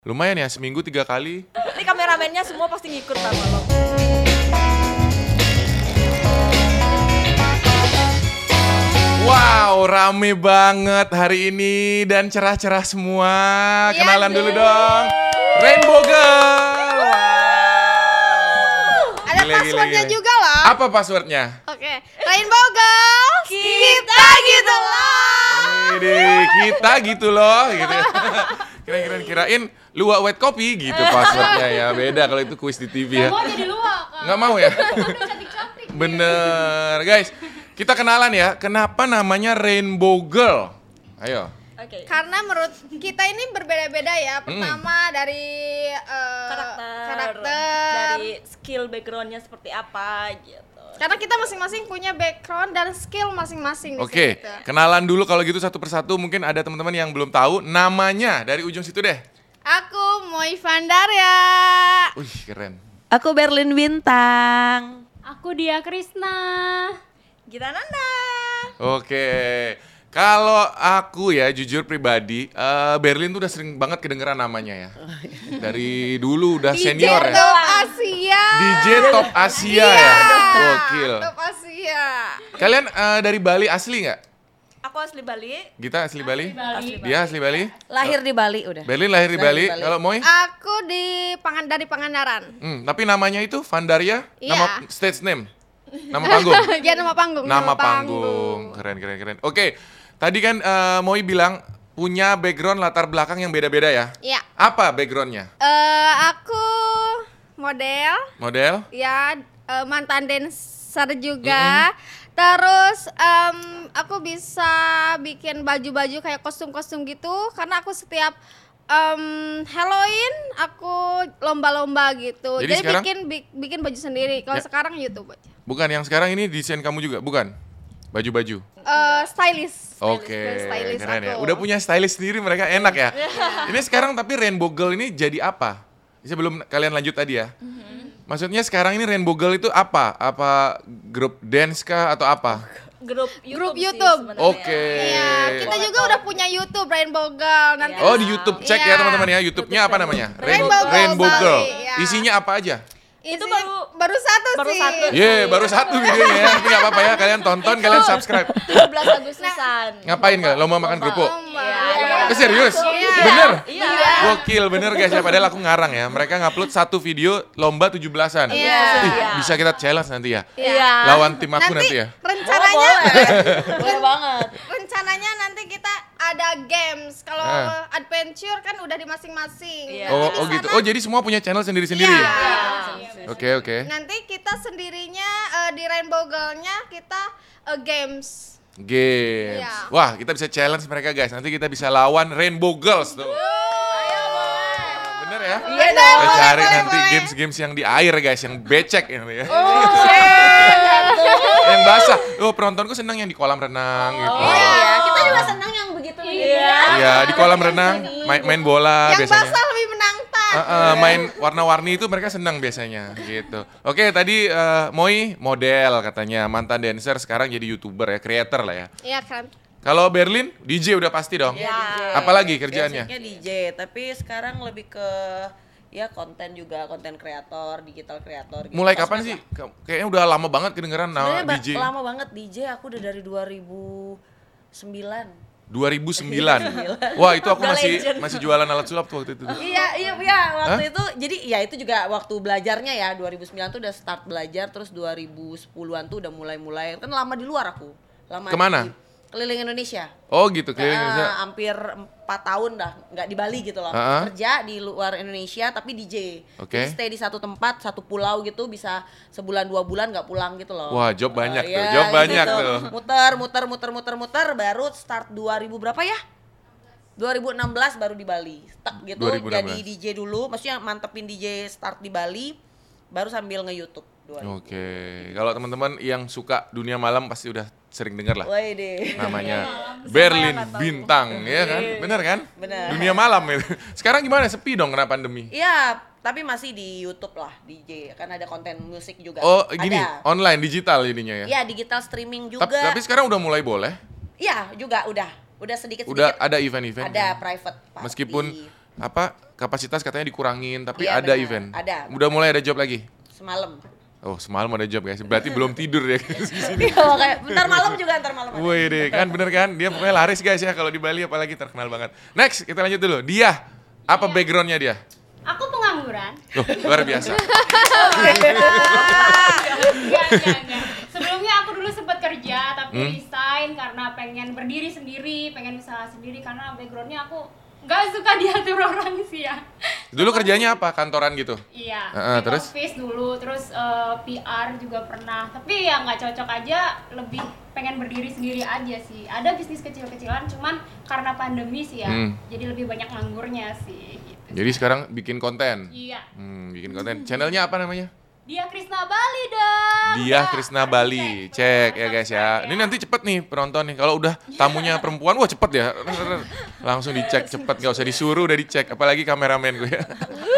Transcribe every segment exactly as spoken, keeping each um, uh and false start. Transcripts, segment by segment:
Lumayan ya, seminggu tiga kali. Ini kameramennya semua pasti ngikut sama lo. Wow, rame banget hari ini dan cerah-cerah semua. Iya Kenalan deh. dulu dong. Rainbow Girl. Wow. Ada Gile, gile, passwordnya gile. juga loh. Apa passwordnya? Oke, Rainbow Girls. Kita gitu loh. Ini kita gitu loh, gitu. Kira-kira kirain luwak white coffee gitu passwordnya ya. Beda kalau itu kuis di T V ya. Mau jadi luak kan? Nggak mau ya? Udah cantik-cantik. Bener, guys. Kita kenalan ya. Kenapa namanya Rainbow Girl? Ayo. Oke. Karena menurut kita ini berbeda-beda ya. Pertama dari eh, Karakter, karakter. dari skill backgroundnya seperti apa gitu. Karena kita masing-masing punya background dan skill masing-masing di Oke, situ. kenalan dulu kalau gitu satu persatu. Mungkin ada teman-teman yang belum tahu namanya dari ujung situ deh. Aku Moi Vandaria. Wih, keren. Aku Berlin Bintang. Aku Dia Krisna. Gita Nanda. Oke. Kalau aku ya jujur pribadi, eh, Berlin tuh udah sering banget kedengeran namanya ya. Dari dulu udah senior D J ya. Top Asia. D J Top Asia Iya. ya. Gokil. Top Asia. Kalian eh, dari Bali asli nggak? Aku asli Bali. Gita asli Bali? Bali. Dia asli Bali? Lahir di Bali udah. Berlin lahir di Bali. Lahir di Bali. Kalau Moy? Aku di Pangan dari Pangandaran. Hmm, tapi namanya itu Vandaria, Iya. nama stage name. Nama panggung. Ya nama panggung. Nama panggung. Keren keren keren. Oke. Tadi kan eh, Moi bilang punya background latar belakang yang beda-beda ya. Iya. Apa backgroundnya? Eh, aku model, Model? ya eh, mantan dancer juga. Terus em, aku bisa bikin baju-baju kayak kostum-kostum gitu karena aku setiap em, Halloween aku lomba-lomba gitu. Jadi Jadi, sekarang- bikin bi- bikin baju sendiri. Kalau Ya. sekarang YouTube aja. Bukan yang sekarang ini desain kamu juga, bukan? Baju-baju. Eh, stylist. stylist, Oke, brand stylist keren ya. aku. Udah punya stylist sendiri mereka enak ya. Ini sekarang tapi Rainbow Girl ini jadi apa? Sebelum kalian lanjut tadi ya. Maksudnya sekarang ini Rainbow Girl itu apa? Apa grup dance kah atau apa? Grup YouTube. Grup sih YouTube. sebenarnya. Oke. Iya, kita juga udah punya YouTube Rainbow Girl nanti. Oh di YouTube cek ya Iya. teman-teman ya. YouTube-nya apa namanya? Rainbow Girl Rainbow Girl. Bali, ya. Isinya apa aja? Itu Isinya baru- baru satu baru sih. satu. Ye, baru satu videonya ya. Tapi nggak apa-apa ya. Kalian tonton, kalian subscribe. tujuh belas Agustusan. Ngapain nggak? Lomba makan kerupuk? Lomba. Iya. Eh, serius? Iya. Bener? Iya. Gokil, bener guys ya. Padahal aku ngarang ya. Mereka ngupload satu video lomba tujuh belasan. Iya. Ih, bisa kita challenge nanti ya. Iya. Lawan tim aku nanti, Nanti ya. rencananya Boleh banget. rencananya nanti kita ada games. Kalau Ah. adventure kan udah di masing-masing. Iya. Oh, Nanti oh di gitu. sana- Oh jadi semua punya channel sendiri-sendiri Iya. ya? Oke, oke. Nanti kita sendirinya eh, di Rainbow Girl-nya kita eh, games. Games. Iya. Wah, kita bisa challenge mereka guys. Nanti kita bisa lawan Rainbow Girls tuh. Bener ya? Iya Kita dong, boleh, cari boleh, nanti boleh. games-games yang di air guys, yang becek ini ya. Oh. Yang basah. Oh, penontonku senang yang di kolam renang gitu. Iya, kita juga senang yang begitu. Iya. Iya, di kolam renang main, main bola Yang biasanya. basah lebih menantang. Uh, uh, main warna-warni itu mereka senang biasanya gitu. Oke, tadi uh, Moi model katanya, mantan dancer sekarang jadi YouTuber ya, creator lah ya. Iya kan. Kalau Berlin D J udah pasti dong. Iya, D J. Apalagi kerjaannya? Basicnya D J, tapi sekarang lebih ke ya konten juga, konten kreator, digital kreator. Gitu. Mulai Sosmed kapan sih? lah. Ka- Kayaknya udah lama banget kedengeran nama Sebenarnya ba- D J. lama banget D J, aku udah dari dua ribu sembilan. dua ribu sembilan. Wah, itu aku Udah masih legend. masih jualan alat sulap tuh waktu itu. Iya, iya, iya. Waktu itu, jadi ya itu juga waktu belajarnya ya, dua ribu sembilan tuh udah start belajar, terus dua ribu sepuluhan tuh udah mulai-mulai, kan lama di luar aku. Lama Kemana? di- keliling Indonesia. Oh gitu, keliling Ah, Indonesia. hampir empat tahun dah nggak di Bali gitu loh. Ah. Kerja di luar Indonesia tapi D J. Oke. Jadi stay di satu tempat, satu pulau gitu, bisa sebulan dua bulan nggak pulang gitu loh. Wah, job banyak tuh, iya, job gitu. banyak tuh. Muter, muter, muter, muter, muter, baru start dua ribu berapa ya? dua ribu enam belas baru di Bali. Stuck gitu, dua ribu enam belas. jadi D J dulu, maksudnya mantepin D J start di Bali, baru sambil nge-YouTube. dua ribu. Oke, kalau teman-teman yang suka dunia malam pasti udah sering dengar lah. Woi deh. Namanya Berlin Bintang, ya kan? Bener kan? Bener. Dunia malam itu. Sekarang gimana? Sepi dong kena pandemi. Iya, tapi masih di YouTube lah D J, kan ada konten musik juga. Oh, gini, Ada. online digital jadinya ya. Iya, digital streaming juga. Tapi, tapi sekarang udah mulai boleh. Iya, juga udah. Udah sedikit-sedikit. Udah ada event-event. Ada private party. Meskipun apa kapasitas katanya dikurangin, tapi Iya, ada benar. event. Ada. Udah mulai ada job lagi. Semalam. Oh, semalam ada job guys. Berarti belum tidur ya guys di sini. Iya, makanya bentar malam juga ntar malam. ada. Wih deh, kan bener kan? Dia pokoknya laris guys ya kalau di Bali, apalagi terkenal banget. Next, kita lanjut dulu. Dia, apa backgroundnya dia? Aku pengangguran. Loh, luar biasa. Enggak, enggak, enggak. Sebelumnya aku dulu sempat kerja tapi Hmm? resign karena pengen berdiri sendiri, pengen usaha sendiri karena backgroundnya aku nggak suka diatur orang sih ya. Dulu kerjanya apa? Kantoran gitu? Iya, Heeh, back terus? office dulu, terus eh, P R juga pernah. Tapi ya nggak cocok aja, lebih pengen berdiri sendiri aja sih. Ada bisnis kecil-kecilan, cuman karena pandemi sih ya, Hmm. jadi lebih banyak nganggurnya sih. Gitu. Jadi sekarang bikin konten. Iya, Hmm, bikin konten. Channelnya apa namanya? dia Krisna Bali dong. Dia Ya, Krisna harus Bali. Cek ya guys ya. Ini nanti cepet nih penonton nih. Kalau udah tamunya perempuan, wah cepet ya. Langsung dicek cepet, gak usah disuruh, udah dicek. Apalagi kameramen gue ya.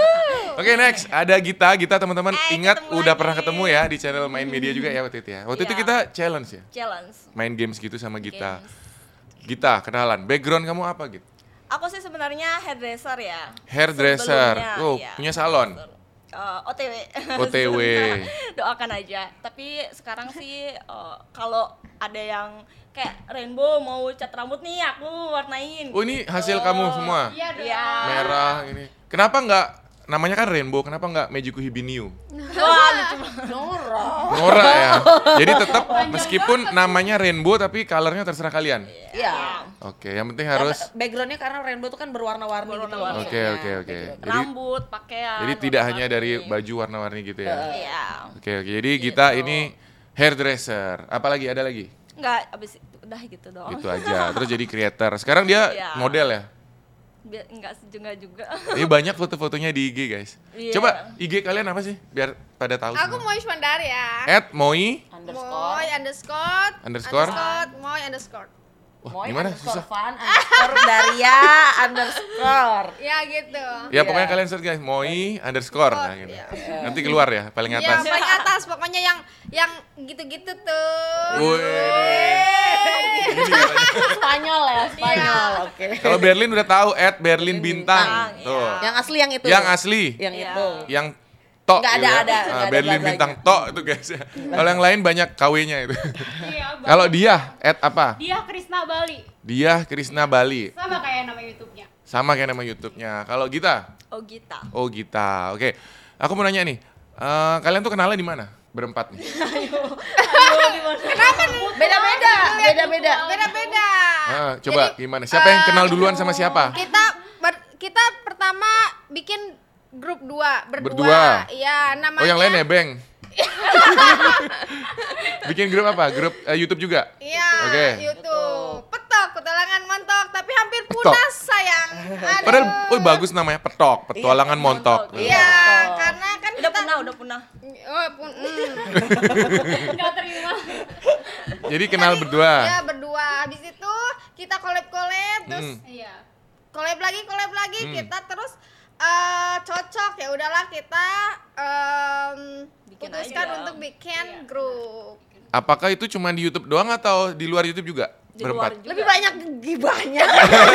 Oke next, ada Gita. Gita teman-teman Eh, ingat ketemu udah lagi. pernah ketemu ya di channel Main Media juga ya waktu itu ya. Waktu itu Iya. kita challenge ya. Challenge. Main games gitu sama Gita. Games. Gita, kenalan. Background kamu apa gitu? Aku sih sebenarnya hairdresser ya. Hairdresser. Sebelumnya, Oh, iya. punya salon. Eh, O T W. O T W. Sebentar. Doakan aja. Tapi sekarang sih eh, kalau ada yang kayak Rainbow mau cat rambut nih aku warnain. Oh ini hasil kamu semua? Iya dong. Iya. Merah ini. Kenapa nggak, namanya kan Rainbow, kenapa nggak Mejiku Hibiniu? Wah, lucu banget. Nora. Nora ya. Jadi tetap meskipun namanya Rainbow tapi colornya terserah kalian. Iya. Oke, yang penting harus. Backgroundnya karena rainbow tuh kan berwarna-warni gitu. Berwarna-warni. Oke oke oke. Jadi Rambut, pakaian. jadi tidak hanya warna-warni. dari baju warna-warni gitu ya. Iya. Oke oke. Jadi kita ini hairdresser. Apalagi ada lagi? Enggak, abis itu udah gitu doang. Itu aja. Terus jadi creator. Sekarang dia Iya. model ya. Biar enggak sejengah juga. Ini banyak foto-fotonya di I G guys. Iya. Coba I G kalian apa sih? Biar pada tahu. Aku semua. mau Ismandar ya. At Moi Underscore. Moy underscore Underscore? Moy underscore. Wah, Moy gimana? underscore Susah. Fan underscore Daria underscore. Ya gitu. Ya Iya. pokoknya kalian search guys, Moi underscore. Nah, gitu. Nanti keluar ya, paling Yang atas. paling atas pokoknya yang yang gitu-gitu tuh. Wih. Ini katanya. Spanyol ya, Spanyol. Oke. Kalau Berlin udah tahu at Berlin Bintang. Bintang, Tuh. Yang asli yang itu. Yang asli. Yang Iya. itu. Yang tok. Nggak ada, gitu ya. ada, Ah, nggak ada Berlin bla-blanya. Bintang tok itu guys ya. Kalau yang lain banyak K W-nya itu. Iya, Bang. Kalau dia at apa? Dia Krisna Bali. Dia Krisna Bali. Sama kayak nama YouTube-nya. Sama kayak nama YouTube-nya. Kalau Gita? Oh Gita. Oh Gita. Oke. Aku mau nanya nih. eh, kalian tuh kenalnya di mana? Berempat nih. Beda-beda, beda-beda. Beda-beda. Ah, coba gimana? Siapa yang kenal duluan sama siapa? Kita ber- kita pertama bikin grup dua, berdua. Berdua. Iya, namanya. Oh yang lain nebeng. Bikin grup apa? Grup eh, YouTube juga? Iya, Oke. YouTube. Petok, petualangan montok, tapi hampir Petok. punah sayang. Aduh. Padahal, oh bagus namanya Petok, petualangan montok. Iya, karena kan Udah kita punah, udah punah. Oh, pun, mm. Nggak terima. Jadi kenal berdua. Ya berdua. Habis itu kita collab-collab, terus Hmm. Iya. collab lagi, collab lagi, Hmm. kita terus eh, cocok ya udahlah kita em, Bikin putuskan aja. untuk bikin grup. Apakah itu cuma di YouTube doang atau di luar YouTube juga? Di Berempat. luar juga. Lebih banyak gibahnya.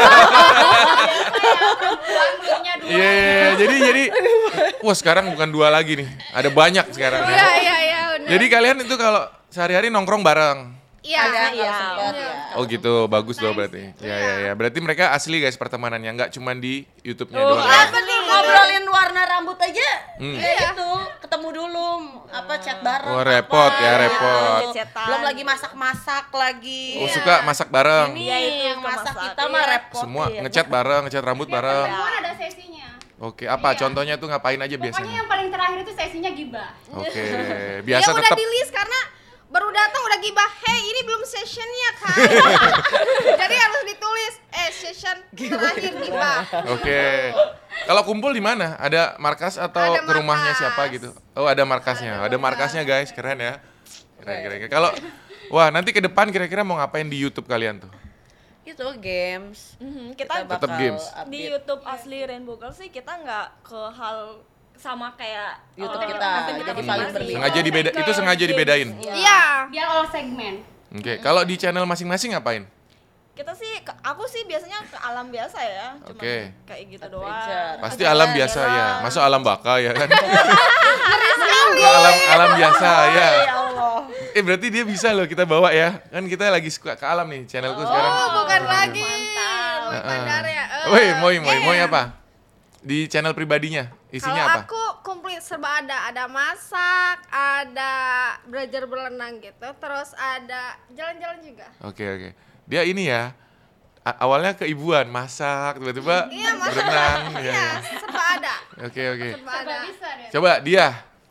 Perempuan punya dua. Iya, iya, iya. jadi jadi wah sekarang bukan dua lagi nih. Ada banyak sekarang ya. Iya, iya, iya, benar. Jadi kalian itu kalau sehari-hari nongkrong bareng. Iya, Ada, Iya. iya. Sempet, Iya. ya. Oh gitu, bagus dong berarti. Ya ya ya. Berarti mereka asli guys pertemanannya, nggak cuma di YouTube-nya Oh, doang. iya, ya? Apa nih ngobrolin warna rambut aja? Hmm. Ya itu, ketemu dulu apa chat bareng. Oh, repot apa, ya, gitu. repot. Chat-chatan. Belum lagi masak-masak lagi. Oh suka masak bareng. Ini Iya, itu yang suka masak masak. kita mah Iya. repot. Semua ya. ngecat bareng, ngecat rambut Tiap bareng. pertemuan ada sesinya. Oke, apa Iya. contohnya tuh ngapain aja Pokoknya biasanya? yang paling terakhir itu sesinya gibah. Oke, Dia biasa udah tetap. di list karena baru datang udah gibah, hey ini belum sessionnya kan. Jadi harus ditulis, eh session terakhir gibah. Oke. Kalau kumpul di mana? Ada markas atau Ada ke rumahnya markas. siapa gitu? Oh, ada markasnya. Ada markasnya guys, keren ya. Keren keren. keren. Kalau wah, nanti ke depan kira-kira mau ngapain di YouTube kalian tuh? Itu games. Mhm, kita Tetap bakal games. update. di YouTube asli Rainbow Girls sih kita nggak ke hal sama kayak YouTube eh, kita, konten jadi masing-masing. paling berbeda. Sengaja dibeda, itu sengaja dibedain. Iya. Iya. Biar all segmen. Oke, kalau di channel masing-masing ngapain? Kita sih, ke- aku sih biasanya ke alam biasa ya, cuma Oke. kayak gitu Adventure. doang. Pasti Jalan, alam biasa jalan. ya. Masa alam baka ya kan? alam alam biasa ya. Ya Allah. Eh berarti dia bisa loh kita bawa ya. Kan kita lagi suka ke alam nih channelku sekarang. Oh, bukan lagi. Mantap. Moi Bandar ya. Eh, Woi, moi moi eh, moi apa? Di channel pribadinya isinya Kalau apa? aku komplit serba ada, ada masak, ada belajar berenang gitu, terus ada jalan-jalan juga. Oke oke. Dia ini ya. a- awalnya keibuan, masak, tiba-tiba Iya, masak. berenang. ya, Iya, ya. serba ada. Oke oke. Serba Serba ada. bisa deh. Coba dia.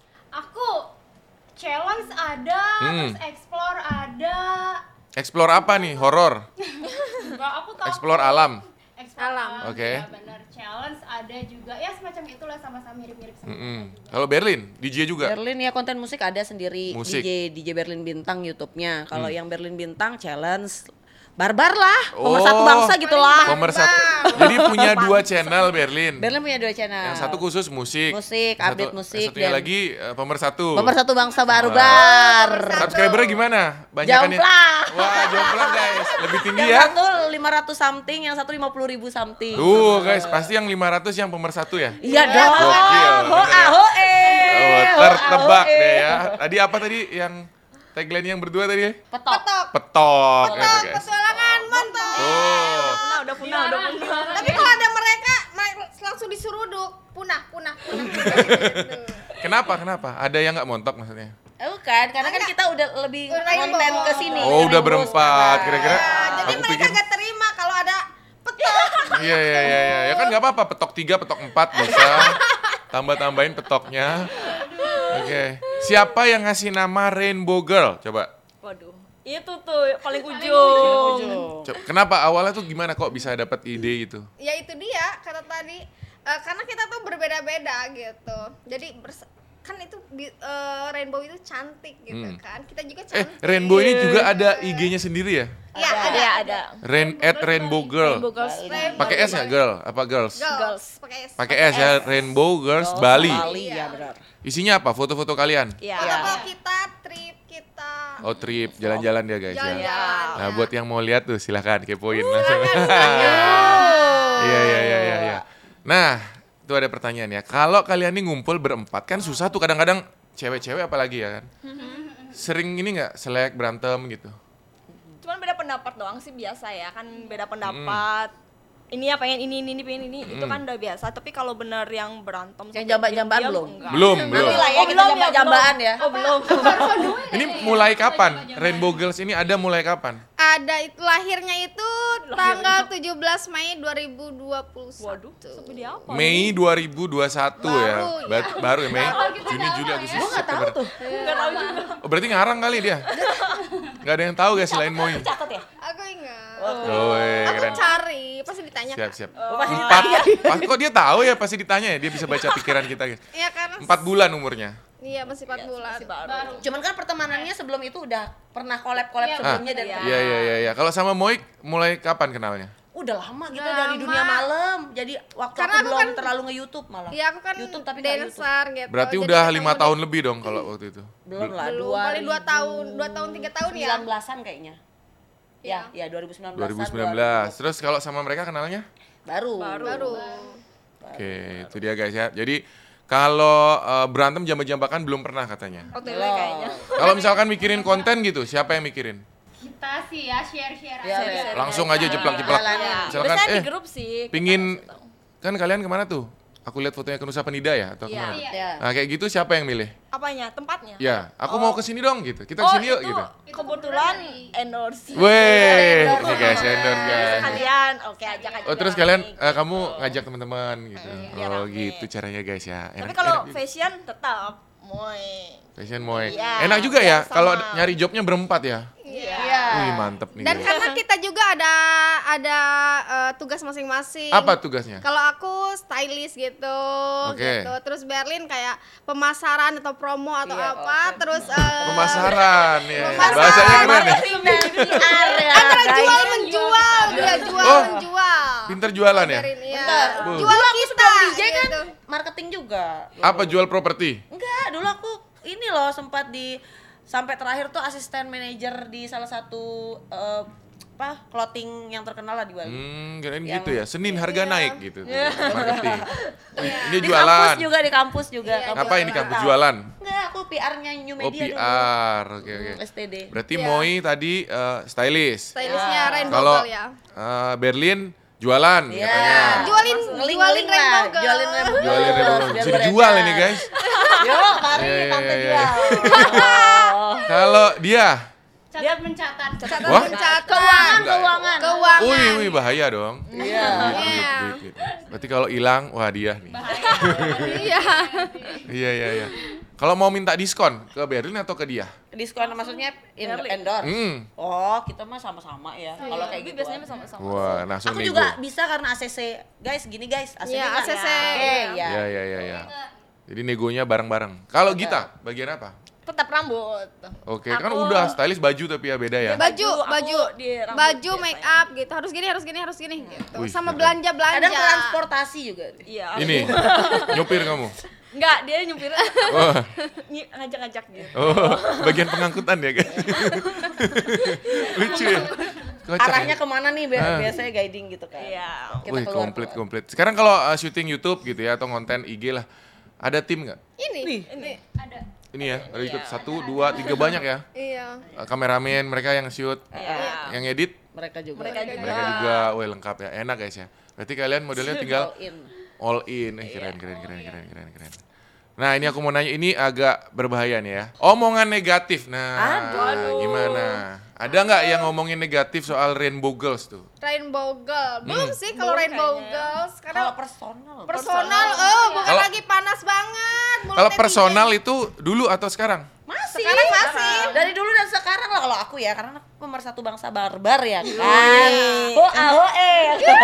Aku challenge ada, Hmm. terus explore ada. Explore apa nih? Horor. Enggak, aku tahu. Explore alam. Explore Alam. alam. Oke. Ya benar. Challenge ada juga. Ya semacam itulah, sama-sama mirip-mirip sama Mm-mm. kita juga. Kalau Berlin, D J juga. Berlin ya konten musik ada sendiri Musik. D J D J Berlin Bintang YouTube-nya. Kalau Hmm. yang Berlin Bintang challenge barbar lah, Oh. pemersatu bangsa gitulah. Pemersatu. Jadi punya dua channel Berlin. Berlin punya dua channel. Yang satu khusus musik. Musik, Yang update satu- musik, yang satunya dan- lagi uh, pemersatu. Pemersatu bangsa barbar. Pemersatu. Subscribernya gimana? Banyakan ya? Jomplang. Wah, jomplang guys. Lebih tinggi Yang ya. satu lima ratus something, yang satu lima puluh ribu something. Tuh guys, pasti yang lima ratus yang pemersatu ya. Iya dong. Gokil, Hoa bener ya. hoe. Oh, tertebak Hoa, hoe. deh ya. Tadi apa tadi yang tagline yang berdua tadi? Petok. Petok, Petok gitu petok, guys. petualangan, mantap. Tuh. Punah, udah punah, udah punah. Tapi kalau ada mereka, ma- langsung diseruduk, punah, punah, punah. Gitu. Kenapa? Kenapa? Ada yang nggak montok maksudnya? Eh, bukan, karena kan kita udah lebih Udah konten rainbow. ke sini. Oh, udah Rainbow berempat. sekarang. Kira-kira Nah, jadi aku mereka pikir gak terima kalau ada petok. Iya iya iya iya. Ya kan nggak apa-apa, petok tiga, petok empat bisa. Tambah-tambahin petoknya. Oke. Siapa yang ngasih nama Rainbow Girl? Coba. Waduh, itu tuh paling ujung. Coba. Kenapa awalnya tuh gimana kok bisa dapat ide gitu? Ya itu dia, kata tadi, eh, karena kita tuh berbeda-beda gitu. Jadi bers- kan itu bi- eh, rainbow itu cantik gitu Hmm. kan. Kita juga Eh, cantik. Rainbow ini juga ada I G-nya sendiri ya? Iya, Ada, ada, ada. Rain at Rainbow Girl. Rainbow Girls. Rainbow Pakai S nggak girl? Apa girls? Girls, Girls. pakai S. Pakai S ya, Rainbow Girls Bali. Bali Iya. ya benar. Isinya apa? Foto-foto kalian? Iya. Foto kita, trip kita. Oh trip, jalan-jalan dia guys ya. Jalan-jalan. Nah buat yang mau lihat tuh silahkan kepoin langsung. Iya iya iya iya. iya. Nah itu ada pertanyaan ya. Kalau kalian ini ngumpul berempat kan susah tuh kadang-kadang cewek-cewek apalagi ya kan. Sering ini nggak selek berantem gitu. Cuman beda pendapat doang sih biasa ya, kan beda pendapat. Ini ya pengen ini, ini, ini, pengen ini, itu kan udah biasa. Tapi kalau bener yang berantem Yang sampai jambak-jambaan diam-diam, belum? enggak. Belum belum. Nanti lah ya Oh, kita belum ya, jambak-jambaan ya. Oh belum. Ini mulai kapan? Rainbow Girls ini ada mulai kapan? Ada itu lahirnya itu tanggal tujuh belas Mei dua ribu dua puluh satu. Waduh, sampai dia apa? Mei dua ribu dua puluh satu ya. Baru, ya. Ba- Baru ya Mei. Juni, Juli, Agustus, Gua nggak tahu September. tuh. Enggak tahu juga. Oh berarti ngarang kali dia. Gak ada yang tahu guys selain Moi. Catat ya? Aku ingat. Oh, Aku keren. cari, pasti ditanya. Siap siap. Oh, pasti Empat. Pas kok dia tahu ya pasti ditanya ya. Dia bisa baca pikiran kita guys. Iya karena Empat bulan umurnya. Iya masih empat bulan. Masih baru. Baru. Cuman kan pertemanannya sebelum itu udah pernah collab-collab Iya, sebelumnya dan iya. Iya iya iya. iya. Kalau sama Moi mulai kapan kenalnya? udah lama gitu Udah dari lama. dunia malam. Jadi waktu Karena aku aku belum kan- terlalu nge-YouTube malah. Iya aku kan YouTube tapi nggak YouTube. dancer gitu. Berarti Jadi udah ketemu lima di- tahun lebih dong kalau waktu itu. Belum lah, Belum, dua paling dua tahun, dua tahun tiga tahun ya. sembilan belasan kayaknya. Ya, ya dua ribu sembilan belas. dua ribu sembilan belas. Terus kalau sama mereka kenalnya? Baru. Baru. Oke, itu dia guys ya. Jadi kalau eh, berantem jambak-jambakan belum pernah katanya. O T W kayaknya. Kalau misalkan mikirin konten gitu, siapa yang mikirin? Kita sih ya share-share Ya, aja. ya. Langsung aja jeplak-jeplak. Jalanin. Misalkan Biasanya eh di grup sih. kita pingin kasih tahu. kan kalian kemana tuh? Aku lihat fotonya ke Nusa Penida ya atau Iya. kemana? Iya. Ya. Nah kayak gitu siapa yang milih? Apanya? Tempatnya? Ya, aku Oh. mau kesini dong gitu. Kita Oh, kesini yuk itu gitu. kebetulan endorse. Weh, ini guys endorse guys. Kalian, oke ajak aja. Oh terus rame. kalian eh, kamu ngajak teman-teman gitu. biar Oh rame. gitu caranya guys ya. Tapi Enak- kalau enak juga. fashion tetap moy. Fashion Moy. Iya, Enak juga ya sama. kalau nyari jobnya berempat ya. Iya. Wih mantep nih. Dan guys. karena kita juga ada ada eh, tugas masing-masing. Apa tugasnya? Kalau aku stylist gitu, Oke. gitu. Terus Berlin kayak pemasaran atau promo atau Iya, apa. Terus eh, Pemasaran ya. Pemasaran. Bahasanya keren ya. Marketing dan P R ya. antara guys. jual menjual, dia jual Oh, menjual. Pinter jualan ya? Berlin, iya. Bentar. Bu. Jual Dulu aku kita sebelum D J kan gitu. marketing juga. Apa jual properti? Enggak, dulu aku ini loh sempat di sampai terakhir tuh asisten manajer di salah satu eh, apa clothing yang terkenal lah di Bali. Hmm, kirain Yang- gitu ya. Senin harga Iya. naik gitu. tuh, marketing. Ini Di jualan. kampus juga di kampus juga. Iya, kampus Ngapain di kampus tahu. jualan? Enggak, aku P R-nya New Oh, Media P dulu. R. Oke, oke. Hmm, S T D. Berarti Iya. Moi tadi eh, stylist. Stylistnya Ya. Rainbow Kalau Girl ya. eh, Berlin jualan Iya. katanya. Jualin Ngeling-ngeling jualin lah, Rainbow Girl. jualin Rainbow Jualin Girl, Rainbow Girl. biar Bisa beredar. dijual ini guys. Yuk, mari Iya, iya, tante iya, jual. Kalau dia, Catat mencatat. Catat Wah. mencatat. Keuangan, Enggak ya? keuangan. Keuangan. wih, wih bahaya dong. Iya. Duit, duit, Iya. duit, duit. Berarti kalau hilang, wah dia nih. Iya. Iya, iya, iya. Kalau mau minta diskon ke Berlin atau ke dia? Diskon maksudnya in- Berlin. endorse. Hmm. Oh, kita mah sama-sama ya. Kalau kayak Tapi gitu. biasanya sama-sama. Wah, langsung Aku nego. juga bisa karena A C C. Guys, gini guys, A C C. Iya, nggak? A C C. Oke, ya. Iya, iya, iya, iya. Jadi negonya bareng-bareng. Kalau Gita, bagian apa? Tetap rambut. Oke, kan Aku- udah stylist baju tapi ya beda ya. Iya, Baju, Baju, aku baju, di rambut baju, biasanya. make up gitu. Harus gini, harus gini, harus gini gitu. Wih, Sama keren. belanja belanja. Kadang transportasi juga. Iya. Ini nyupir kamu. Enggak, dia nyupir Oh, ny- ngajak-ngajak gitu. oh, bagian pengangkutan ya guys. Lucu ya. Kocak Arahnya ya. kemana nih? Bi- Ah. Biasanya guiding gitu kan. Iya. Kita Wih, keluar, komplit keluar. komplit. Sekarang kalau uh, syuting YouTube gitu ya atau konten I G lah, ada tim nggak? Ini. Ini. Ada. Ini ya, ada ikut satu, dua, tiga banyak ya. Iya. Uh, kameramen mereka yang shoot, Iya. yang edit Mereka juga. Mereka juga. mereka juga. Wih lengkap ya, enak guys ya. Berarti kalian modelnya tinggal All in. all in. Eh, keren, keren, keren, keren, keren, keren. Nah ini aku mau nanya, ini agak berbahaya nih ya. Omongan negatif, nah Aduh. gimana? Ada nggak yang ngomongin negatif soal Rainbow Girls tuh? Rainbow Girl. Belum sih kalau Belum Rainbow kayaknya. Girls Kalau karena personal. personal, oh bukan Kalau- lagi panas banget. mulut Kalau netizen. personal itu dulu atau sekarang? Masih. Sekarang masih. Dari dulu dan sekarang lah kalau aku ya, karena aku pemersatu bangsa barbar ya kan. Iya. Oh, ah, oh, eh.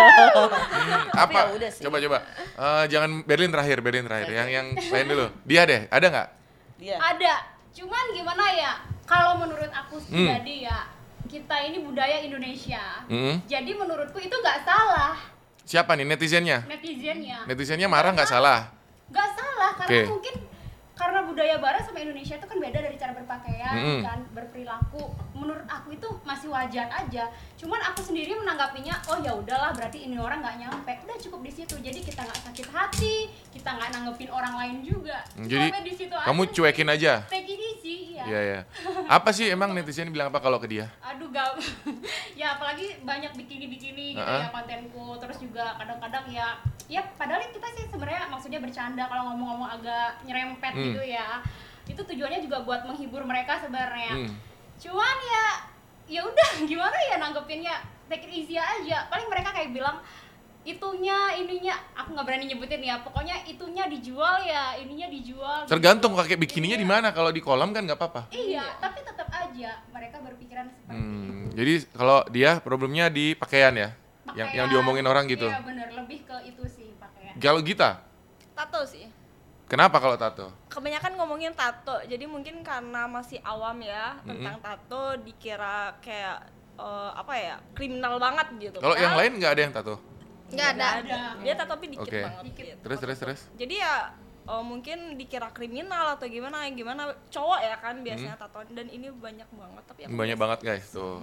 Tapi Apa? ya udah sih. Coba coba. Eh, jangan Berlin terakhir, Berlin terakhir. Yang yang lain dulu. Dia deh, ada nggak? Dia. Ada. Cuman gimana ya? Kalau menurut aku Hmm. pribadi ya, kita ini budaya Indonesia. Hmm. Jadi menurutku itu nggak salah Siapa nih netizennya? netizennya. Netizennya marah nggak salah? Nggak salah karena Oke. mungkin karena budaya barat sama Indonesia itu kan beda dari cara berpakaian Mm-mm. kan, berperilaku. Menurut aku itu masih wajar aja. Cuman aku sendiri menanggapinya, oh ya udahlah berarti ini orang nggak nyampe. Udah cukup di situ. Jadi kita nggak sakit hati, kita nggak nanggepin orang lain juga. Hmm, Jadi Sampai di situ kamu aja. cuekin aja. Take it easy, iya. Iya ya. Apa sih emang netizen bilang apa kalau ke dia? Aduh gak, ya apalagi banyak bikini-bikini gitu Uh-uh. ya kontenku. Terus juga kadang-kadang ya, ya padahal kita sih sebenarnya maksudnya bercanda kalau ngomong-ngomong agak nyerempet Hmm. gitu ya. Itu tujuannya juga buat menghibur mereka sebenarnya. Hmm. Cuman ya, ya udah gimana ya nanggepinnya, take it easy aja. Paling mereka kayak bilang itunya ininya aku nggak berani nyebutin ya, pokoknya itunya dijual ya ininya dijual Tergantung gitu. pakai bikininya Iya. di mana. Kalau di kolam kan nggak apa-apa. Iya, tapi tetap aja mereka berpikiran seperti Hmm, jadi kalau dia problemnya di pakaian ya, yang yang Pakaian, diomongin orang gitu. Iya bener, lebih ke itu sih pakaian. Kalau Gita, Tato sih. kenapa kalau tato? Kebanyakan ngomongin tato, jadi mungkin karena masih awam ya tentang tato, dikira kayak eh, apa ya, kriminal banget gitu. Kalau yang Padahal lain nggak ada yang tato? Nggak ada. Ada. dia tato tapi dikit Oke. banget. Dikit. gitu. Terus terus terus. Jadi ya eh, mungkin dikira kriminal atau gimana gimana cowok ya kan Hmm. biasanya tato, dan ini banyak banget tapi aku Banyak banget guys tuh.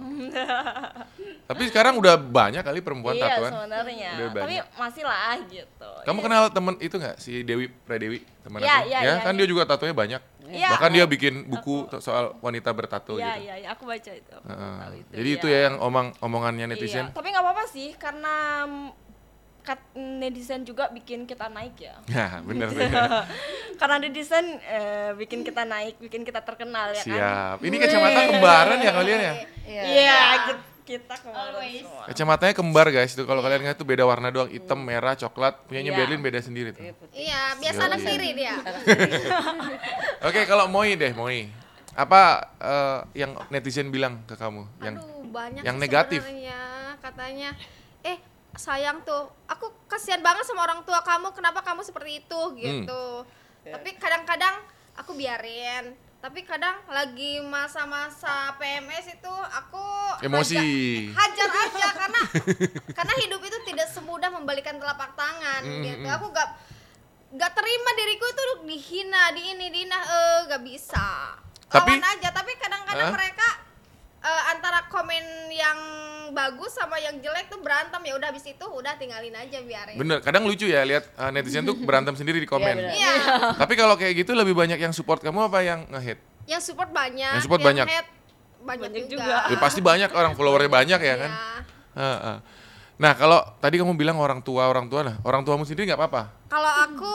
Tapi sekarang udah banyak kali perempuan iya tatoan. sebenarnya, Udah tapi banyak. masih lah gitu. Kamu Iya. kenal temen itu nggak si Dewi Pradewi teman Iya, aku? iya, ya iya, kan iya. dia juga tatonya banyak. Iya. Bahkan dia bikin buku to- soal wanita bertato Iya gitu. iya iya, aku baca itu. Aku Heeh. tahu itu, Jadi iya. itu ya yang omong omongannya netizen. Iya, tapi nggak apa-apa sih karena mm, kat, netizen juga bikin kita naik ya. Ya bener tuh. Karena netizen eh, bikin kita naik, bikin kita terkenal ya kan. Siap. Ini kacamata kembaran ya kalian ya? Iya, ki- kita kemarin Always. semua. Kacamatanya kembar guys. Itu kalau kalian lihat tuh beda warna doang, hitam, merah, coklat. Punyanya Iya. Berlin beda sendiri tuh. Iya, biasa Yoi. anak tiri dia. Oke, kalau Moi deh, Moi. Apa eh, yang netizen bilang ke kamu? Yang Aduh, banyak yang sih negatif. sebenarnya. Katanya, eh sayang tuh, aku kasihan banget sama orang tua kamu, kenapa kamu seperti itu gitu. Hmm. Tapi kadang-kadang aku biarin. Tapi kadang lagi masa-masa P M S itu aku Emosi. hajar, hajar aja karena karena hidup itu tidak semudah membalikan telapak tangan Mm, gitu. mm. Aku gak gak terima diriku itu dihina, di ini, dihina, eh gak bisa. Tapi- Lawan aja, tapi kadang-kadang Hah? mereka eh, antara komen yang bagus sama yang jelek tuh berantem, ya udah habis itu udah tinggalin aja biarin. Bener, kadang lucu ya lihat uh, netizen tuh berantem sendiri di komen. Iya, bener. Iya. Tapi kalau kayak gitu lebih banyak yang support kamu apa yang nge-hate? Yang support banyak, Yang support banyak. hate banyak, Banyak juga. juga. Ya pasti banyak orang followernya banyak ya kan. Iya. Heeh. Nah kalau tadi kamu bilang orang tua orang tua lah, orang tuamu sendiri nggak apa-apa. Kalau aku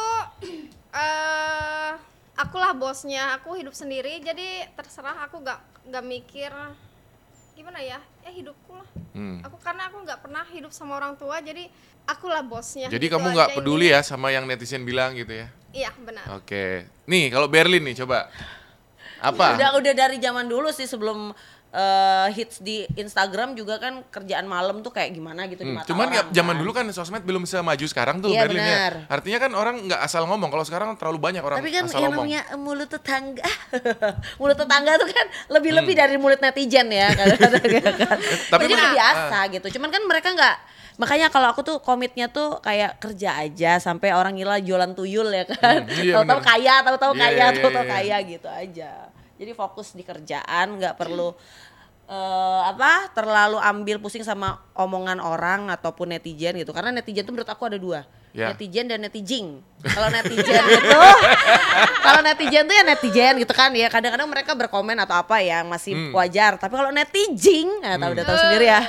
eh akulah bosnya, aku hidup sendiri, jadi terserah, aku gak gak mikir gimana ya, ya hidupku lah. Hmm. Aku karena aku nggak pernah hidup sama orang tua, jadi akulah bosnya. Jadi gitu kamu nggak aja peduli intinya. ya sama yang netizen bilang gitu ya? Iya benar. Oke. Nih kalau Berlin nih coba apa? Udah udah dari zaman dulu sih, sebelum eh, hits di Instagram juga kan kerjaan malam tuh kayak gimana gitu di Hmm, mata cuman ya, orang. zaman kan. dulu kan sosmed belum semaju sekarang tuh Iya, Berlin benar. ya. Artinya kan orang nggak asal ngomong. Kalau sekarang terlalu banyak orang Tapi kan asal yang ngomong. namanya eh, mulut tetangga, mulut tetangga tuh kan lebih-lebih Hmm. dari mulut netizen ya kadang-kadang kan. Tapi Jadi men- udah biasa gitu. Cuman kan mereka nggak, makanya kalau aku tuh komitnya tuh kayak kerja aja sampai orang ngira jualan tuyul ya kan. Hmm, iya Tahu-tahu benar. kaya, tahu-tahu Iya, kaya, iya, tahu-tahu iya, kaya gitu aja. Jadi fokus di kerjaan, nggak perlu eh, apa terlalu ambil pusing sama omongan orang ataupun netizen gitu. Karena netizen tuh menurut aku ada dua. Ya. Netizen dan netijing. Kalau netizen itu, kalau netizen tuh ya netizen gitu kan ya. Kadang-kadang mereka berkomen atau apa ya masih Hmm. wajar. Tapi kalau netijing, nah, tahu udah tahu sendiri ya.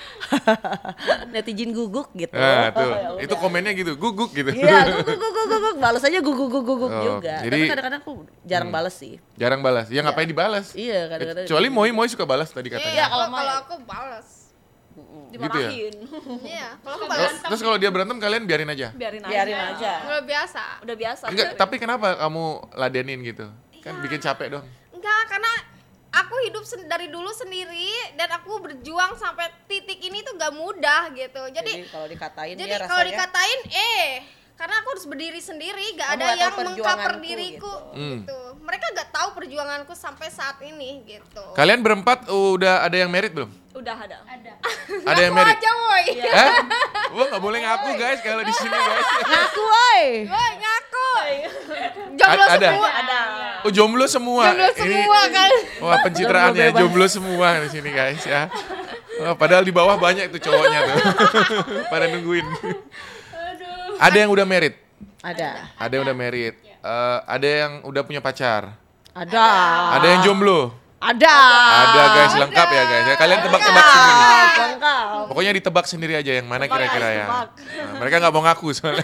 Netizen guguk gitu. Nah, tuh. Ya Itu udah. komennya gitu, guguk gitu. Iya, guguk guguk guguk, balas aja guguk guguk guguk Oh, juga. jadi- Tapi kadang-kadang aku jarang balas sih. Jarang balas. Ya ngapain dibalas? Iya, kadang-kadang. Kecuali Moi Moi suka balas tadi Iya, katanya. kalau kalau mau kalau ya. aku balas. Dimarahin. Iya, kalau aku Terus, balas terus kalau dia berantem kalian biarin aja. Biarin aja. Biarin aja. udah biasa. Udah biasa. Enggak, tapi kenapa kamu ladenin gitu? Kan bikin capek dong. Enggak, karena aku hidup sen- dari dulu sendiri dan aku berjuang sampai titik ini tuh gak mudah gitu. Jadi Jadi kalau dikatain jadi ya kalau rasanya. dikatain eh karena aku harus berdiri sendiri, gak Kamu ada nggak tahu yang mengcover perjuanganku diriku gitu. Hmm. gitu. Mereka gak tahu perjuanganku sampai saat ini gitu. Kalian berempat udah ada yang merit belum? Udah ada. Ada. Ada yang Ngaku merit? aja woi. Hah? Wah nggak boleh ngaku guys kalau di sini guys. Ngaku woi. Woi ngaku. Jomblo A- ada? semua. Ada. Oh jomblo semua. Jomblo Ini- semua kan. Wah pencitraan Jomblo ya, bebas. jomblo semua di sini guys ya. Wah, padahal di bawah banyak tuh cowoknya tuh. Pada nungguin. Ada yang udah merit? Ada. Ada yang udah merit. Eh, ada yang udah punya pacar? Ada. Ada yang jomblo? Ada. Ada guys, lengkap ya guys. Ya, kalian tebak-tebak sendiri. Lengkap. Pokoknya ditebak sendiri aja yang mana Tebak, kira-kira guys, ya. tebak. Nah, mereka nggak mau ngaku soalnya.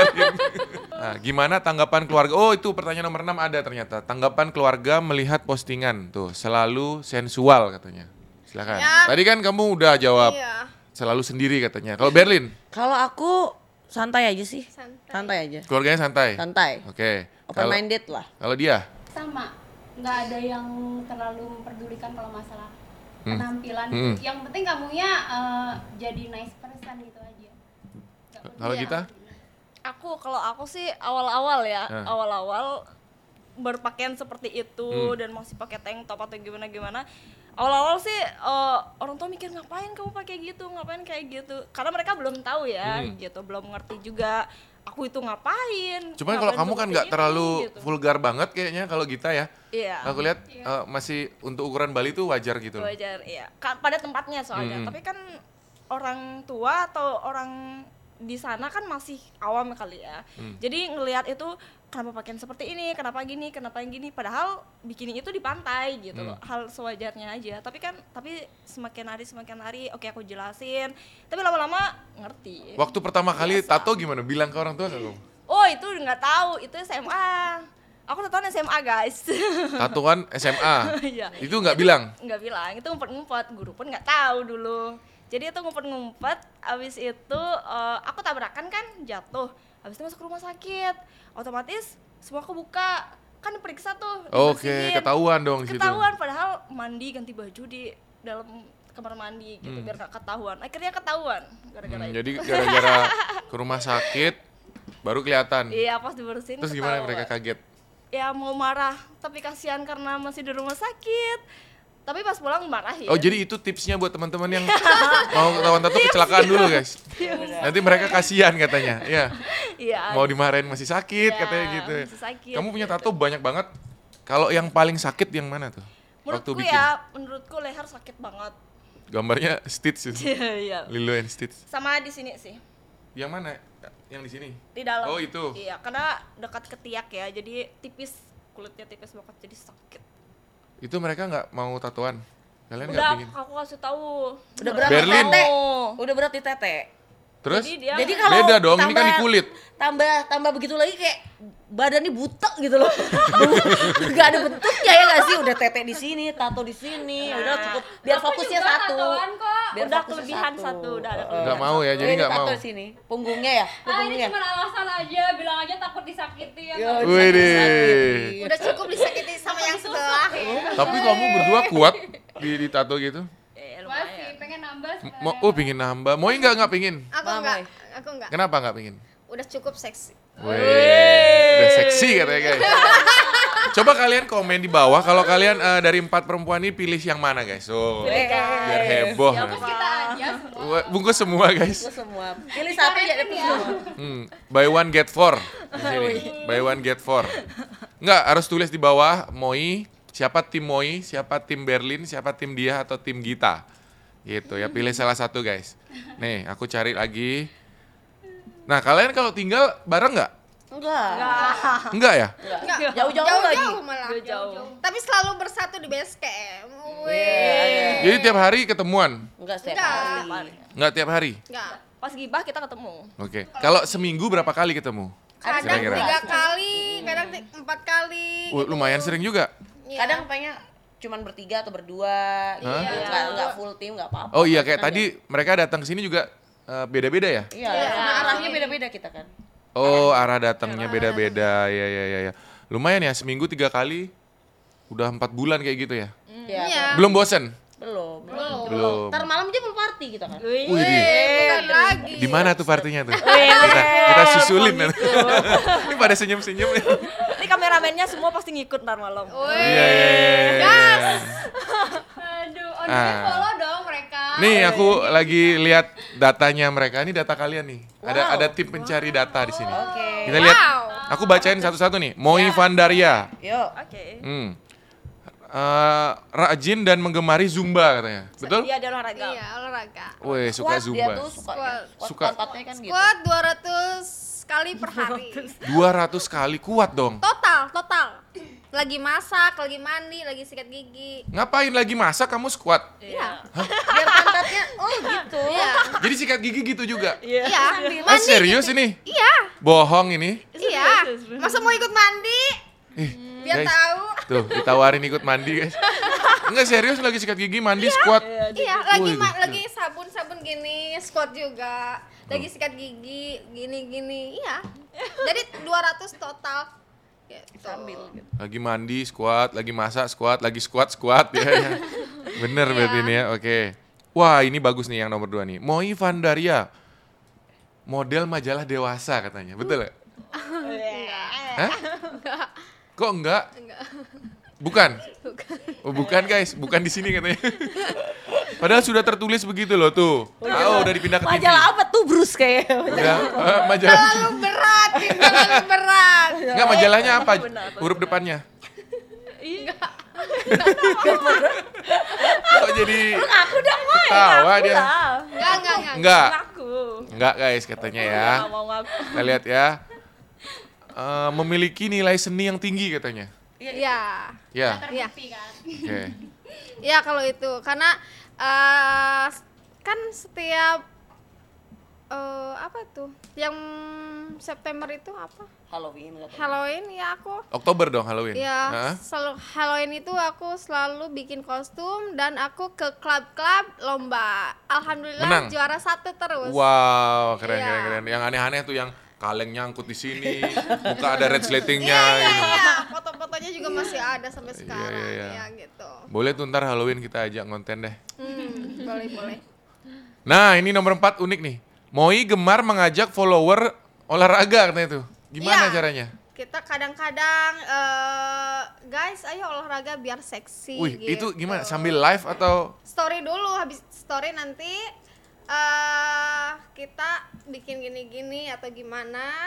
Nah, gimana tanggapan keluarga? Oh itu pertanyaan nomor enam ada ternyata. Tanggapan keluarga melihat postingan tuh selalu sensual katanya. Silakan. Ya. Tadi kan kamu udah jawab Iya. selalu sendiri katanya. Kalau Berlin, Kalau aku santai aja sih. Santai. Santai aja. keluarganya santai. Santai. Oke. Open Kalau minded lah. kalau dia, Sama, nggak ada yang terlalu memperdulikan kalau masalah Hmm. penampilan. Hmm. Yang penting kamunya eh, jadi nice person gitu aja. Nggak peduli Kalau ya. kita? Aku kalau aku sih awal-awal ya, Nah. awal-awal berpakaian seperti itu Hmm. dan masih pakai tank top atau gimana-gimana. Awal-awal sih eh, orang tua mikir ngapain kamu pakai gitu, ngapain kayak gitu. Karena mereka belum tahu ya, Hmm. gitu, belum ngerti juga aku itu ngapain. cuman kalau ngapain kamu kan seperti nggak ini, terlalu gitu. vulgar banget kayaknya kalau kita ya. Iya. Aku lihat eh, masih untuk ukuran Bali tuh wajar gitu. loh. Wajar, iya. Ka- pada tempatnya soalnya. Mm-mm. Tapi kan orang tua atau orang di sana kan masih awam kali ya. Hmm. Jadi ngelihat itu kenapa pakaian seperti ini, kenapa gini, kenapa yang gini. Padahal bikini itu di pantai gitu Hmm. loh. Hal sewajarnya aja. Tapi kan tapi semakin hari semakin hari oke aku jelasin. Tapi lama-lama ngerti. Waktu pertama kali Biasa. tato gimana? Bilang ke orang tua nggak kamu? Oh, itu nggak tahu, itu S M A. Aku tatoan S M A, guys. Tatoan S M A. Iya. Itu nggak bilang. Nggak bilang, itu ngumpet-ngumpet, guru pun nggak tahu dulu. Jadi itu ngumpet-ngumpet, abis itu eh, aku tabrakan kan, jatuh, abis itu masuk rumah sakit, otomatis semua kebuka, kan periksa tuh, Oke, dibersihin. ketahuan dong di situ. Ketahuan, padahal mandi ganti baju di dalam kamar mandi gitu, Hmm. biar nggak ketahuan. Akhirnya ketahuan gara-gara Hmm, itu. jadi gara-gara ke rumah sakit baru kelihatan. Iya, pas dibersihin Terus gimana ketahuan. mereka kaget? Ya mau marah, tapi kasihan karena masih di rumah sakit. Tapi pas pulang marahin. Oh jadi itu tipsnya buat teman-teman yang mau ketahuan tato kecelakaan dulu guys. Nanti mereka kasihan katanya. Iya. Iya. Mau dimarahin masih sakit Iya, katanya gitu. masih sakit, Kamu punya gitu. tato banyak banget. Kalau yang paling sakit yang mana tuh? Menurutku bikin? ya, menurutku leher sakit banget. Gambarnya Stitch itu. Iya. Lilo and Stitch. Sama di sini sih. Yang mana? Yang di sini? Di dalam. Oh, itu. Iya, karena dekat ketiak ya. Jadi tipis, kulitnya tipis banget jadi sakit. Itu mereka nggak mau tatoan? Kalian nggak Udah, pingin? aku kasih tahu. Udah berat Berlin. di tete. Oh. Udah berat di tete. Terus? Jadi dia Jadi kalau Beda dong, ini kan di tambah- kulit. Tambah tambah begitu lagi kayak badannya butek gitu loh. Gak ada bentuknya ya gak sih? Udah tete di sini, tato di sini. Udah cukup biar Aku fokusnya juga satu. tatoan kok. Biar Udah fokusnya kelebihan satu, udah ada Heeh. kelebihan Nggak mau ya, jadi Oh, ini nggak tato mau. di sini. Punggungnya ya? Ah ini Punggungnya. cuma alasan aja, bilang aja takut disakiti ya. Yo, kan? Wih, disakiti. Udah cukup disakiti sama yang sebelah. Tapi kamu berdua kuat di, di tato gitu? Eh, Masih lumayan. pengen nambah sebenarnya. Mau, oh pingin nambah. Mau nggak nggak pingin? Aku Mama. enggak, aku enggak. Kenapa nggak pingin? Udah cukup seksi. Wih, udah seksi katanya guys. Coba kalian komen di bawah kalau kalian eh, dari empat perempuan ini pilih yang mana guys. Oh, biar heboh. Terus kita aja semua. Wah, bungkus semua guys. Itu semua. Pilih satu aja dapet semua. Hmm, buy one get four di sini. Buy one get four. Enggak, harus tulis di bawah Moi, siapa tim Moi, siapa tim Berlin, siapa tim dia atau tim Gita. Gitu ya, pilih salah satu guys. Nih, aku cari lagi. Nah, kalian kalau tinggal bareng nggak? Enggak. Enggak ya? Enggak. Jauh-jauh lagi. Jauh malah. Jauh. Tapi selalu bersatu di base camp. Iya, Wih. Jadi tiap hari ketemuan? Enggak setiap Enggak. hari. Enggak tiap hari? Enggak. Pas gibah kita ketemu. Oke. Kalau seminggu berapa kali ketemu? Kadang Kira-kira. tiga kali, kadang ti- empat kali. Wah, gitu. lumayan sering juga. Iya. Kadang pengen cuman bertiga atau berdua gitu. Hah? Enggak enggak full tim, enggak apa-apa. Oh iya, kayak Kan tadi mereka datang ke sini juga eh, beda-beda ya? Iya, karena arahnya beda-beda kita kan. Oh, arah datangnya beda-beda. Ya, ya, ya, ya. Lumayan ya, seminggu tiga kali. Udah empat bulan kayak gitu ya. Iya. Iya. Belum bosen? Belum. Belum. Belum. Ntar malam aja full party kita kan. Wih, Bukan lagi. di mana tuh partinya tuh? Kita, kita susulin nanti. Ini pada senyum-senyum nih. Ini kameramennya semua pasti ngikut ntar malam. Wih. Iya, iya, iya, iya. Aduh, on Ah. follow dong mereka. Nih aku lagi lihat datanya mereka. Ini data kalian nih. Ada Wow. ada tim pencari data di sini. Oke. Kita lihat. Wow. Aku bacain satu-satu nih. Moi Vandaria. Yuk. Oke. Hmm. Eh, rajin dan menggemari Zumba katanya. Betul? Dia ada olahraga. Iya, olahraga. Wih, suka Kuat dia Zumba. tuh suka. Squat. Suka. Squat-squatnya kan gitu. Kuat dua ratus kali per hari. dua ratus kali kuat dong. Total, total. Lagi masak, lagi mandi, lagi sikat gigi. Ngapain lagi masak kamu squat? Iya. Biar pantatnya oh gitu. Iya. Jadi sikat gigi gitu juga? Iya. Iya. Ah, serius ini? Iya. Bohong ini? Iya. Masa mau ikut mandi? Ih, Biar guys. tahu. Tuh, ditawarin ikut mandi guys. Enggak serius lagi sikat gigi, mandi, squat. Iya, lagi Wih, ma- gokil. lagi sabun-sabun gini, squat juga. Lagi sikat gigi, gini-gini. Iya. Jadi dua ratus total. Gitu. Sambil gitu. Lagi mandi, squat, lagi masak, squat, lagi squat, squat ya. ya. Bener berarti ini ya, oke. Wah, ini bagus nih yang nomor dua nih. Moi Vandaria. Model majalah dewasa katanya. Betul nggak? Hah? Kok enggak? Bukan? Oh, bukan guys, bukan di sini katanya. Padahal sudah tertulis begitu loh tuh. Oh, udah dipindah ke T V. Majalah apa tuh Bruce kayak? Udah, eh, majalah. Terlalu berat, Tim, terlalu berat. Enggak, majalahnya apa? Huruf depannya. Kok jadi Aku dong Moy. ketawa dia? Enggak, enggak, enggak. Enggak. Aku. Enggak guys katanya ya. Nggak mau ngaku. Kita lihat ya. Eh, memiliki nilai seni yang tinggi katanya. Iya. Ya, Terbukti kan. oke. Iya kalau itu karena eh, kan setiap eh, apa tuh? Yang September itu apa? Halloween katanya. Halloween ya aku. Oktober dong Halloween. Ya, Hah? selalu Halloween itu aku selalu bikin kostum dan aku ke klub-klub lomba. Alhamdulillah Menang? juara satu terus. Wow, keren Iya. keren keren. Yang aneh-aneh tuh yang kaleng nyangkut di sini, muka ada red slatingnya Iya, gitu. iya, foto-fotonya juga masih ada sampai Iya, sekarang iya, iya. ya gitu. Boleh tuh ntar Halloween kita ajak konten deh. Hmm, boleh boleh. Nah, ini nomor empat unik nih. Moi gemar mengajak follower olahraga katanya tuh. Gimana Iya. caranya? Kita kadang-kadang eh, guys, ayo olahraga biar seksi. Wih, gitu. itu gimana? Sambil live atau Story dulu, habis story nanti eh kita bikin gini-gini atau gimana.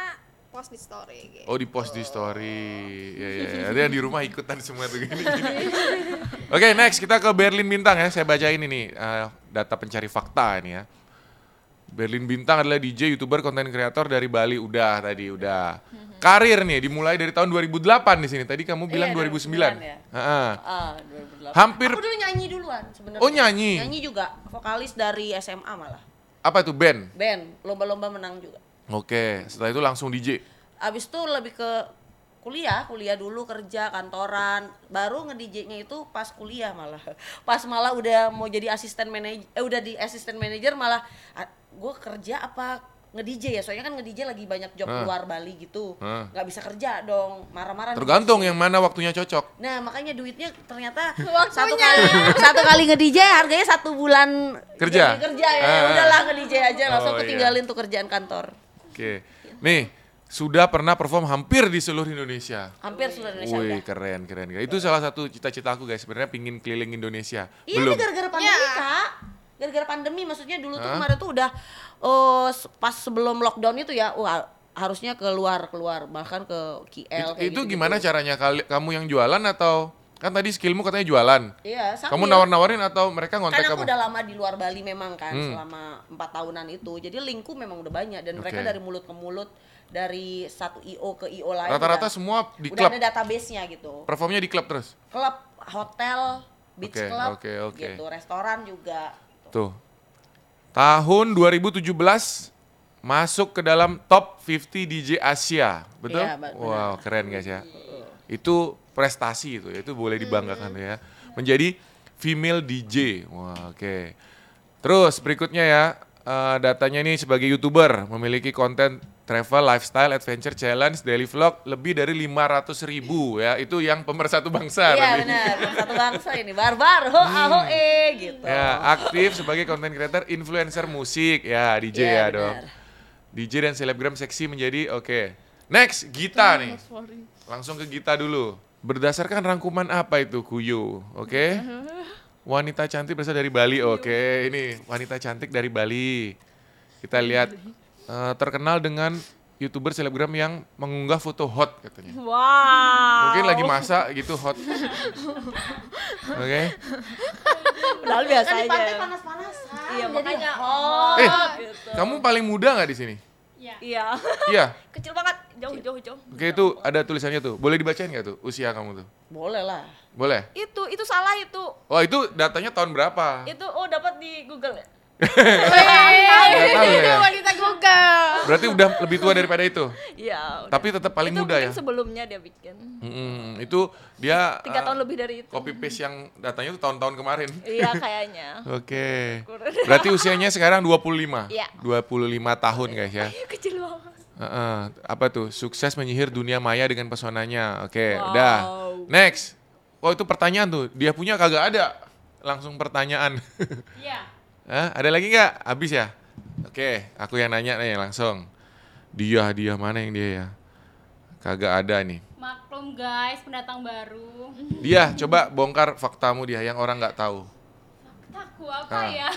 post di story gitu. Oh di post di story, ya ya. ya. Ada yang di rumah ikutan semua tuh gini. gini. Oke next kita ke Berlin Bintang ya. Saya bacain ini uh, data pencari fakta ini ya. Berlin Bintang adalah D J, YouTuber, konten kreator dari Bali. Udah tadi udah. Karir nih dimulai dari tahun dua ribu delapan di sini. Tadi kamu bilang Iya, dua ribu sembilan. dua ribu sembilan ya. Heeh. Ah, dua ribu delapan. Hampir. Aku dulu nyanyi duluan sebenarnya. Oh, nyanyi? Nyanyi juga, vokalis dari S M A malah. Apa itu band? Band, lomba-lomba menang juga. Oke, setelah itu langsung D J. Abis itu lebih ke kuliah, kuliah dulu kerja kantoran, baru nge-D J-nya itu pas kuliah malah. Pas malah udah mau jadi asisten manajer, eh udah di asisten manajer malah gue kerja apa nge-D J ya, soalnya kan nge-D J lagi banyak job Hah. luar Bali gitu. Hah. Nggak bisa kerja dong, marah-marah. Tergantung yang mana waktunya cocok. Nah makanya duitnya ternyata satu kali satu kali nge-D J harganya satu bulan Kerja? jadi kerja ya, Ah. udahlah nge-D J aja langsung Oh, aku iya. tinggalin tuh kerjaan kantor. Oke, nih sudah pernah perform hampir di seluruh Indonesia. Hampir seluruh Indonesia Wih udah. keren keren keren. Itu salah satu cita-cita aku guys. Sebenarnya pingin keliling Indonesia. Iya Belum. ini gara-gara pandemi Ya. kak, gara-gara pandemi maksudnya dulu tuh Hah? kemarin tuh udah oh, s- pas sebelum lockdown itu ya, wah harusnya keluar keluar bahkan ke K L. Itu, kayak itu gitu-gitu. gimana caranya? Kali, kamu yang jualan atau kan tadi skillmu katanya jualan? Iya. Sambil, Kamu nawar-nawarin atau mereka ngontek Kan kamu? aku udah lama di luar Bali memang kan Hmm. selama empat tahunan itu, jadi linku memang udah banyak dan mereka Oke. dari mulut ke mulut, dari satu I O ke I O lain. Rata-rata udah- semua di udah klub. ada database-nya gitu. Performnya di klub terus. Klub, hotel, beach Oke, club, oke, oke. gitu, restoran juga. Tuh. Tahun dua ribu tujuh belas masuk ke dalam top lima puluh D J Asia, betul? Iya, benar. Wow, keren guys ya. Itu prestasi itu, itu boleh dibanggakan ya. Menjadi female D J. Wah, oke. Terus berikutnya ya, eh, datanya ini sebagai YouTuber memiliki konten travel, lifestyle, adventure, challenge, daily vlog lebih dari lima ratus ribu ya. Itu yang pemersatu bangsa. Iya tadi. benar, satu bangsa ini barbar, ho aho eh gitu. Ya, aktif sebagai content creator, influencer musik, ya D J Iya, ya benar. dong. D J dan selebgram seksi menjadi oke. Next, Gita nih. Langsung ke Gita dulu. Berdasarkan rangkuman apa itu Kuyu? Oke. Wanita cantik berasal dari Bali. Oke, ini wanita cantik dari Bali. Kita lihat eh, terkenal dengan YouTuber selebgram yang mengunggah foto hot katanya. Wow. Mungkin lagi masak gitu hot. Oke. Padahal biasa Kan di aja. pantai panas-panasan. Iya, jadi makanya hot. Eh, gitu. kamu paling muda nggak di sini? Iya. Iya. Iya. Kecil banget, jauh jauh jauh. Oke, itu ada tulisannya tuh. Boleh dibacain nggak tuh usia kamu tuh? Boleh lah. Boleh? Itu itu salah itu. Oh, itu datanya tahun berapa? Itu oh dapat di Google ya? Nggak tahu Itu ya. wanita Google. Berarti udah lebih tua daripada itu. Iya. udah. Tapi tetap paling itu muda ya. mungkin sebelumnya dia bikin. Mm-mm, itu dia Tiga eh, tahun lebih dari itu. copy paste yang datanya tuh tahun-tahun kemarin. Iya kayaknya. Oke. Berarti usianya sekarang dua puluh lima. Iya. dua puluh lima tahun guys ya. Kecil banget. Heeh, apa tuh? Sukses menyihir dunia maya dengan pesonanya. Oke, Wow. udah. Next. Oh, itu pertanyaan tuh. Dia punya kagak ada. Langsung pertanyaan. Iya. Hah? Ada lagi nggak? Habis ya? Oke, aku yang nanya nih langsung. Dia, dia mana yang dia ya? Kagak ada nih. Maklum guys, pendatang baru. Dia, coba bongkar faktamu dia yang orang nggak tahu. Takut apa Ah. ya?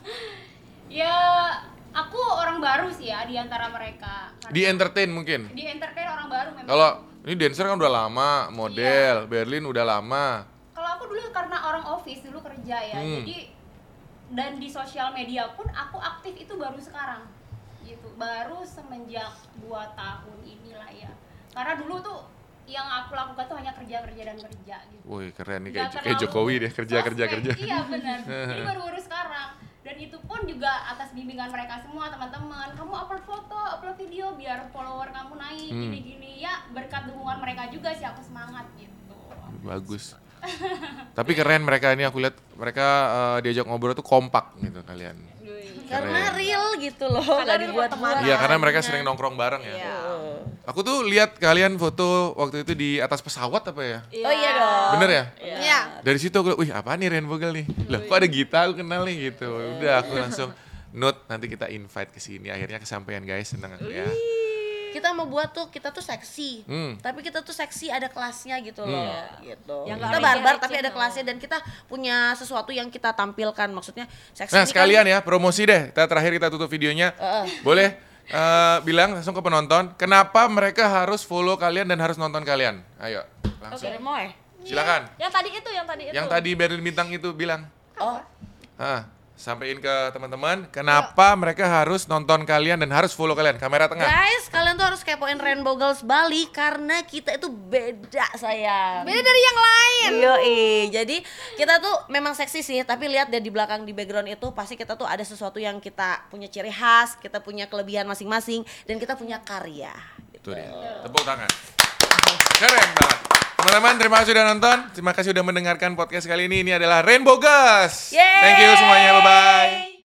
Ya, aku orang baru sih ya di antara mereka. Karena Di entertain mungkin. di entertain orang baru memang. Kalau ini dancer kan udah lama, model, Berlin udah lama. Kalau aku dulu karena orang office dulu kerja ya, Hmm. jadi dan di sosial media pun aku aktif itu baru sekarang, gitu. Baru semenjak dua tahun inilah ya. Karena dulu tuh yang aku lakukan tuh hanya kerja kerja dan kerja gitu. Wih keren nih Nggak kayak, kayak terlalu Jokowi deh kerja kerja sosmed. kerja. Iya benar. Jadi baru-baru sekarang. Dan itu pun juga atas bimbingan mereka semua teman-teman. Kamu upload foto, upload video biar follower kamu naik Hmm. gini-gini ya. Berkat dukungan mereka juga sih aku semangat gitu. Bagus. Tapi keren mereka ini aku lihat mereka eh, diajak ngobrol tuh kompak gitu kalian. Karena Keren. real gitu loh, Karena nggak real dibuat pertemanan. Iya karena mereka sering nongkrong bareng ya. Iya. Aku tuh lihat kalian foto waktu itu di atas pesawat apa ya? Oh iya dong. Bener ya? Iya. Dari situ aku, wih apa nih Rian Vogel nih? Loh kok ada Gita aku kenal nih gitu. Udah aku langsung note nanti kita invite ke sini. Akhirnya kesampaian guys, seneng aku ya. Kita mau buat tuh, kita tuh seksi. Hmm. Tapi kita tuh seksi ada kelasnya gitu loh, gitu. Yang Kita nggak barbar receh-receh tapi ada loh. kelasnya dan kita punya sesuatu yang kita tampilkan. Maksudnya seksi Nah ini sekalian kan, ya promosi deh. Kita terakhir kita tutup videonya. Heeh. Boleh uh, bilang langsung ke penonton, kenapa mereka harus follow kalian dan harus nonton kalian? Ayo, langsung. Oke, Moy. Silakan. Yang tadi itu, yang tadi itu. Yang tadi Berlin Bintang itu bilang. Oh, Hah, sampein ke teman-teman, kenapa mereka harus nonton kalian dan harus follow kalian? Kamera tengah. guys, kalian tuh harus kepoin Rainbow Girls Bali karena kita itu beda sayang. Beda dari yang lain. Yoi, jadi kita tuh memang seksi sih, tapi lihat deh di belakang di background itu pasti kita tuh ada sesuatu yang kita punya ciri khas, kita punya kelebihan masing-masing, dan kita punya karya. Itu dia. Tepuk tangan. Keren banget. Teman-teman, terima kasih sudah nonton. Terima kasih sudah mendengarkan podcast kali ini. Ini adalah Rainbow Girls. Yeay. Thank you semuanya. Bye-bye.